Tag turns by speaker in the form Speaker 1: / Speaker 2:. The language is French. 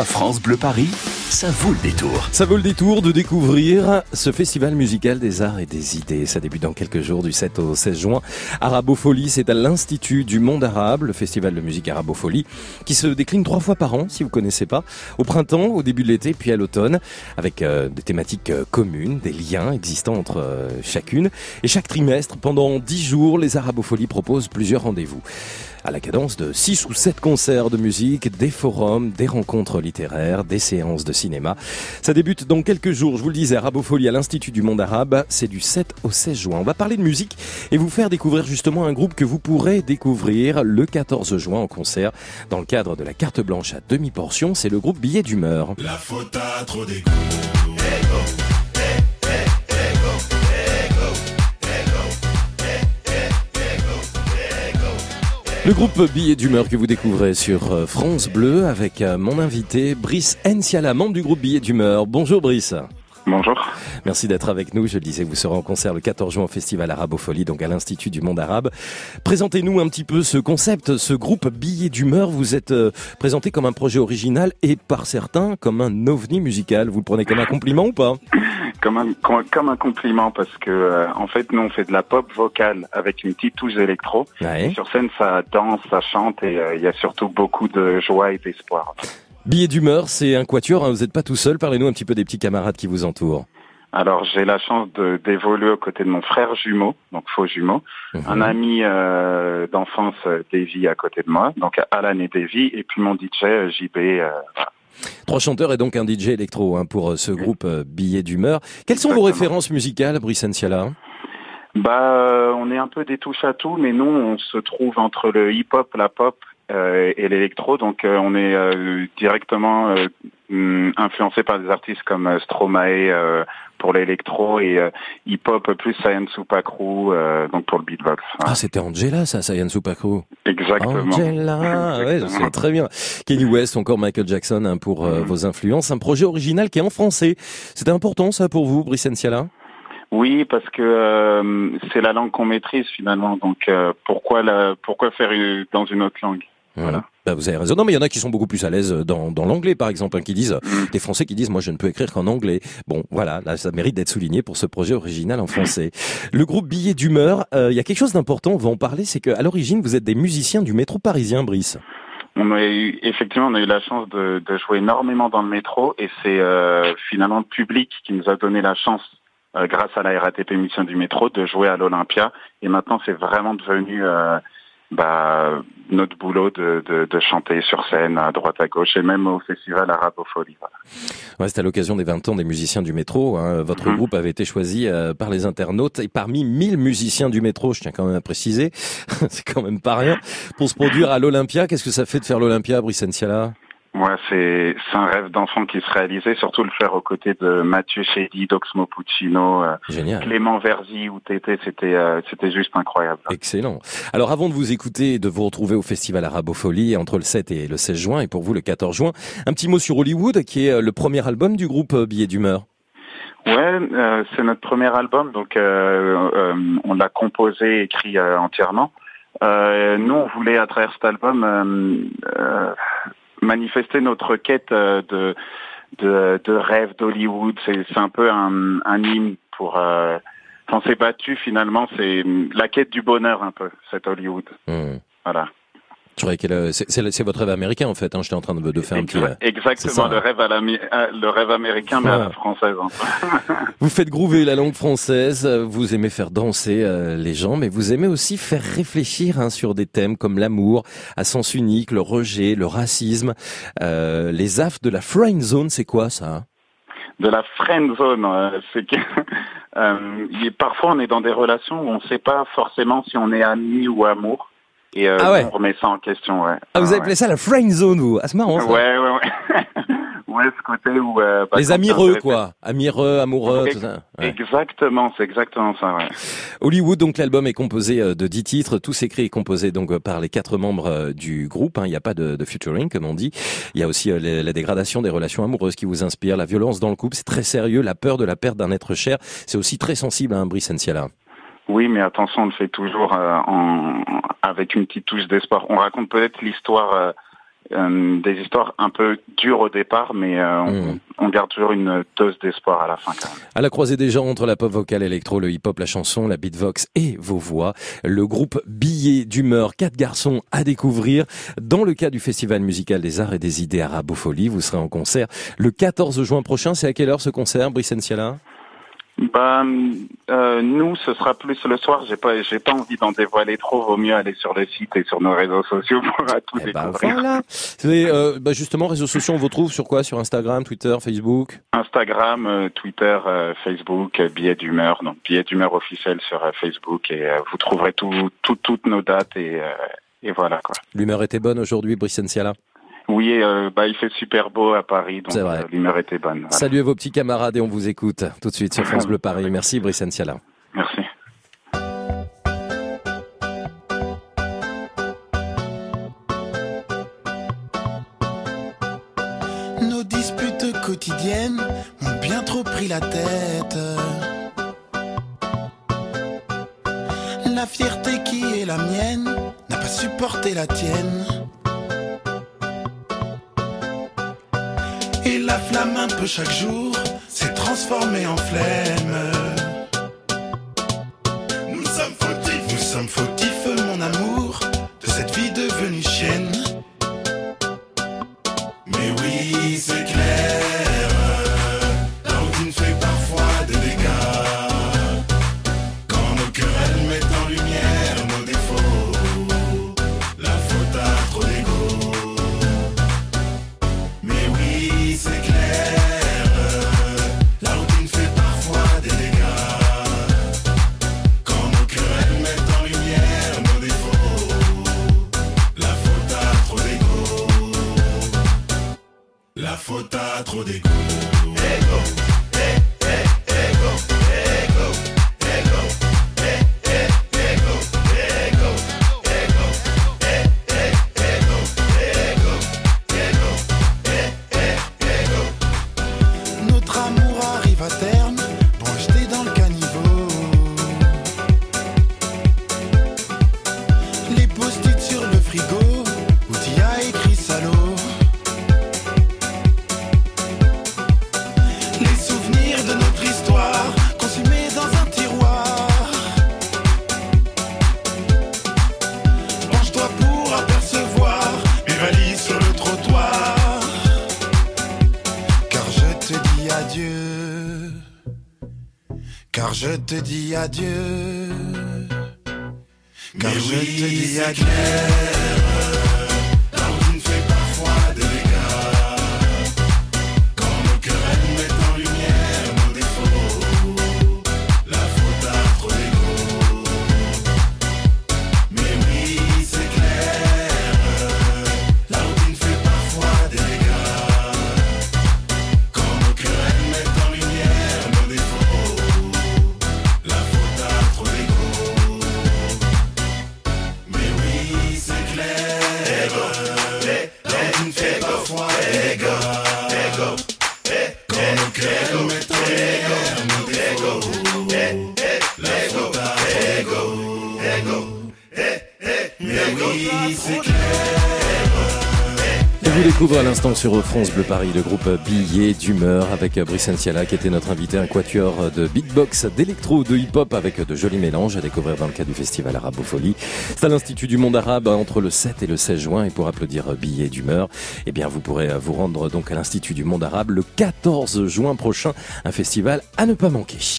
Speaker 1: France Bleu Paris, ça vaut le détour.
Speaker 2: Ça vaut le détour de découvrir ce festival musical des arts et des idées. Ça débute dans quelques jours, du 7 au 16 juin. Arabopholie, c'est à l'Institut du Monde Arabe, le festival de musique Arabopholie, qui se décline 3 fois par an, si vous connaissez pas. Au printemps, au début de l'été, puis à l'automne, avec des thématiques communes, des liens existants entre chacune. Et chaque trimestre, pendant 10 jours, les Arabopholies proposent plusieurs rendez-vous. À la cadence de 6 ou 7 concerts de musique, des forums, des rencontres littéraires, des séances de cinéma. Ça débute dans quelques jours, je vous le disais, Arabopholie à l'Institut du Monde Arabe, c'est du 7 au 16 juin. On va parler de musique et vous faire découvrir justement un groupe que vous pourrez découvrir le 14 juin en concert dans le cadre de la carte blanche à demi-portion, c'est le groupe Billet d'humeur.
Speaker 3: La faute à trop d'égo.
Speaker 2: Le groupe Billet d'humeur que vous découvrez sur France Bleu avec mon invité Brice Nsiala, membre du groupe Billet d'humeur. Bonjour Brice.
Speaker 4: Bonjour.
Speaker 2: Merci d'être avec nous. Je le disais, vous serez en concert le 14 juin au Festival Arabopholie, donc à l'Institut du Monde Arabe. Présentez-nous un petit peu ce concept, ce groupe Billet d'humeur. Vous êtes présenté comme un projet original et par certains comme un ovni musical. Vous le prenez comme un compliment ou pas ?
Speaker 4: Comme un compliment parce que en fait nous on fait de la pop vocale avec une petite touche d'électro.
Speaker 2: Ouais.
Speaker 4: Sur scène ça danse, ça chante et il y a surtout beaucoup de joie et d'espoir.
Speaker 2: Billet d'humeur, c'est un quatuor, hein, vous n'êtes pas tout seul. Parlez-nous un petit peu des petits camarades qui vous entourent.
Speaker 4: Alors j'ai la chance d'évoluer aux côtés de mon frère jumeau, donc faux jumeau, un ami d'enfance Davy à côté de moi, donc Alan et Davy, et puis mon DJ JB. Voilà.
Speaker 2: 3 chanteurs et donc un DJ électro pour ce groupe Billet d'humeur. Quelles sont vos références musicales, Brice Nsiala ?
Speaker 4: On est un peu des touches à tout, mais nous on se trouve entre le hip-hop, la pop et l'électro, donc on est directement influencé par des artistes comme Stromae pour l'électro et hip-hop plus Sayan Supakru donc pour le beatbox.
Speaker 2: Hein. Ah, c'était Angela, ça, Sayan Supakru.
Speaker 4: Exactement.
Speaker 2: Angela, ouais, c'est très bien. Kenny West, encore Michael Jackson pour vos influences. Un projet original qui est en français. C'était important ça pour vous, Brice Nsiala ?
Speaker 4: Oui, parce que c'est la langue qu'on maîtrise finalement. Donc pourquoi faire dans une autre langue ? Voilà.
Speaker 2: Bah vous avez raison. Non, mais il y en a qui sont beaucoup plus à l'aise dans l'anglais, par exemple, qui disent, des Français qui disent, moi, je ne peux écrire qu'en anglais. Bon, voilà, là, ça mérite d'être souligné pour ce projet original en français. Le groupe Billet d'humeur, il y a quelque chose d'important, on va en parler, c'est qu'à l'origine, vous êtes des musiciens du métro parisien, Brice.
Speaker 4: On a eu la chance de jouer énormément dans le métro et c'est finalement le public qui nous a donné la chance, grâce à la RATP Mission du métro, de jouer à l'Olympia. Et maintenant, c'est vraiment devenu notre boulot de chanter sur scène à droite à gauche et même au festival Arabopholie. Voilà.
Speaker 2: Ouais, c'est à l'occasion des 20 ans des musiciens du métro. Hein. Votre groupe avait été choisi par les internautes et parmi 1000 musiciens du métro, je tiens quand même à préciser, c'est quand même pas rien, pour se produire à l'Olympia. Qu'est-ce que ça fait de faire l'Olympia, Brice Nsiala ?
Speaker 4: Ouais, c'est un rêve d'enfant qui se réalisait, surtout le faire aux côtés de Mathieu Chédid, Oxmo Puccino, Clément Verzi ou Tété, c'était juste incroyable.
Speaker 2: Excellent. Alors avant de vous écouter et de vous retrouver au Festival Arabopholie entre le 7 et le 16 juin et pour vous le 14 juin, un petit mot sur Hollywood qui est le premier album du groupe Billet d'humeur.
Speaker 4: Ouais, c'est notre premier album, donc on l'a composé, écrit entièrement. Nous, on voulait à travers cet album manifester notre quête de rêve d'Hollywood. C'est un peu un hymne pour... on s'est battu finalement, c'est la quête du bonheur un peu, cet Hollywood. Voilà.
Speaker 2: Je croyais que c'est votre rêve américain en fait. Hein, j'étais en train de faire un petit.
Speaker 4: Exactement, ça, le rêve américain, mais à la française. Hein.
Speaker 2: Vous faites groover la langue française. Vous aimez faire danser les gens, mais vous aimez aussi faire réfléchir sur des thèmes comme l'amour à sens unique, le rejet, le racisme, les affres de la friend zone. C'est quoi ça ?
Speaker 4: De la friend zone, c'est que parfois on est dans des relations où on ne sait pas forcément si on est ami ou amour. Et on remet ça en question, ouais.
Speaker 2: Ah, vous avez appelé ça la friend zone, vous ? Ah, c'est marrant, ça.
Speaker 4: Ouais. Ouais, ce côté où...
Speaker 2: les amireux, quoi. Amireux, amoureux, tout ça.
Speaker 4: Ouais. Exactement, c'est exactement ça, ouais.
Speaker 2: Hollywood, donc l'album est composé de 10 titres, tous écrits et composés donc par les 4 membres du groupe. Il n'y a pas de featuring, comme on dit. Il y a aussi la dégradation des relations amoureuses qui vous inspire, la violence dans le couple, c'est très sérieux, la peur de la perte d'un être cher. C'est aussi très sensible, Brice Nsiala.
Speaker 4: Oui, mais attention, on le fait toujours avec une petite touche d'espoir. On raconte peut-être l'histoire des histoires un peu dures au départ, mais on garde toujours une dose d'espoir à la fin quand même.
Speaker 2: À la croisée des genres entre la pop vocale électro, le hip-hop, la chanson, la beatbox et vos voix, le groupe Billets d'humeur, 4 garçons à découvrir. Dans le cadre du Festival musical des arts et des idées Arabofolie, vous serez en concert le 14 juin prochain. C'est à quelle heure ce concert, Brice Nciala ?
Speaker 4: Nous, ce sera plus le soir. J'ai pas envie d'en dévoiler trop. Vaut mieux aller sur le site et sur nos réseaux sociaux pour tout découvrir.
Speaker 2: Voilà. Justement, réseaux sociaux, on vous trouve sur quoi ? Sur Instagram, Twitter, Facebook ?
Speaker 4: Instagram, Twitter, Facebook, Billets d'humeur. Donc, Billets d'humeur officiel sur Facebook et vous trouverez toutes nos dates et voilà quoi.
Speaker 2: L'humeur était bonne aujourd'hui, Brice Nciala ?
Speaker 4: Oui, il fait super beau à Paris, donc l'humeur était bonne. Voilà.
Speaker 2: Saluez vos petits camarades et on vous écoute tout de suite sur France Bleu Paris. Merci Brice Nciala.
Speaker 4: Merci.
Speaker 3: Nos disputes quotidiennes m'ont bien trop pris la tête. La fierté qui est la mienne n'a pas supporté la tienne. Et la flamme un peu chaque jour s'est transformée en flemme. Nous sommes fautifs, mon amour, de cette vie devenue chienne. Mais oui, c'est clair, la routine fait parfois des dégâts. Quand nos querelles mettent en lumière nos défauts, la faute à trop d'ego. Mais oui, c'est clair, la routine fait parfois des dégâts. Quand nos querelles mettent en lumière nos défauts, la faute à trop d'ego. La faute à trop d'ego. Ego, ego, ego, ego, ego, ego, ego, ego. Notre amour arrive à terme, bon jeté dans le caniveau. Les post-it sur le frigo, où t'y as écrit salaud. Les souvenirs de notre histoire, consumés dans un tiroir. Penche-toi pour apercevoir mes valises sur le trottoir. Car je te dis adieu. Car je te dis adieu. Car je te dis adieu. La routine fait parfois des dégâts. Quand nos querelles mettent en lumière nos défauts, la faute à trop d'ego. Mais oui, c'est clair, la routine fait parfois des dégâts. Quand nos querelles mettent en lumière nos défauts, la faute à trop d'ego. Mais oui, c'est clair, la routine fait parfois des dégâts. Quand nos querelles mettent en lumière nos défauts, la faute à trop d'ego. Mais oui, c'est clair.
Speaker 2: Et vous découvrez à l'instant sur France Bleu Paris le groupe Billets d'humeur avec Brice Nciala qui était notre invité, un quatuor de beatbox, d'électro, de hip-hop avec de jolis mélanges à découvrir dans le cadre du Festival Arabofolie. C'est à l'Institut du Monde Arabe entre le 7 et le 16 juin et pour applaudir Billets d'humeur, eh bien vous pourrez vous rendre donc à l'Institut du Monde Arabe le 14 juin prochain, un festival à ne pas manquer.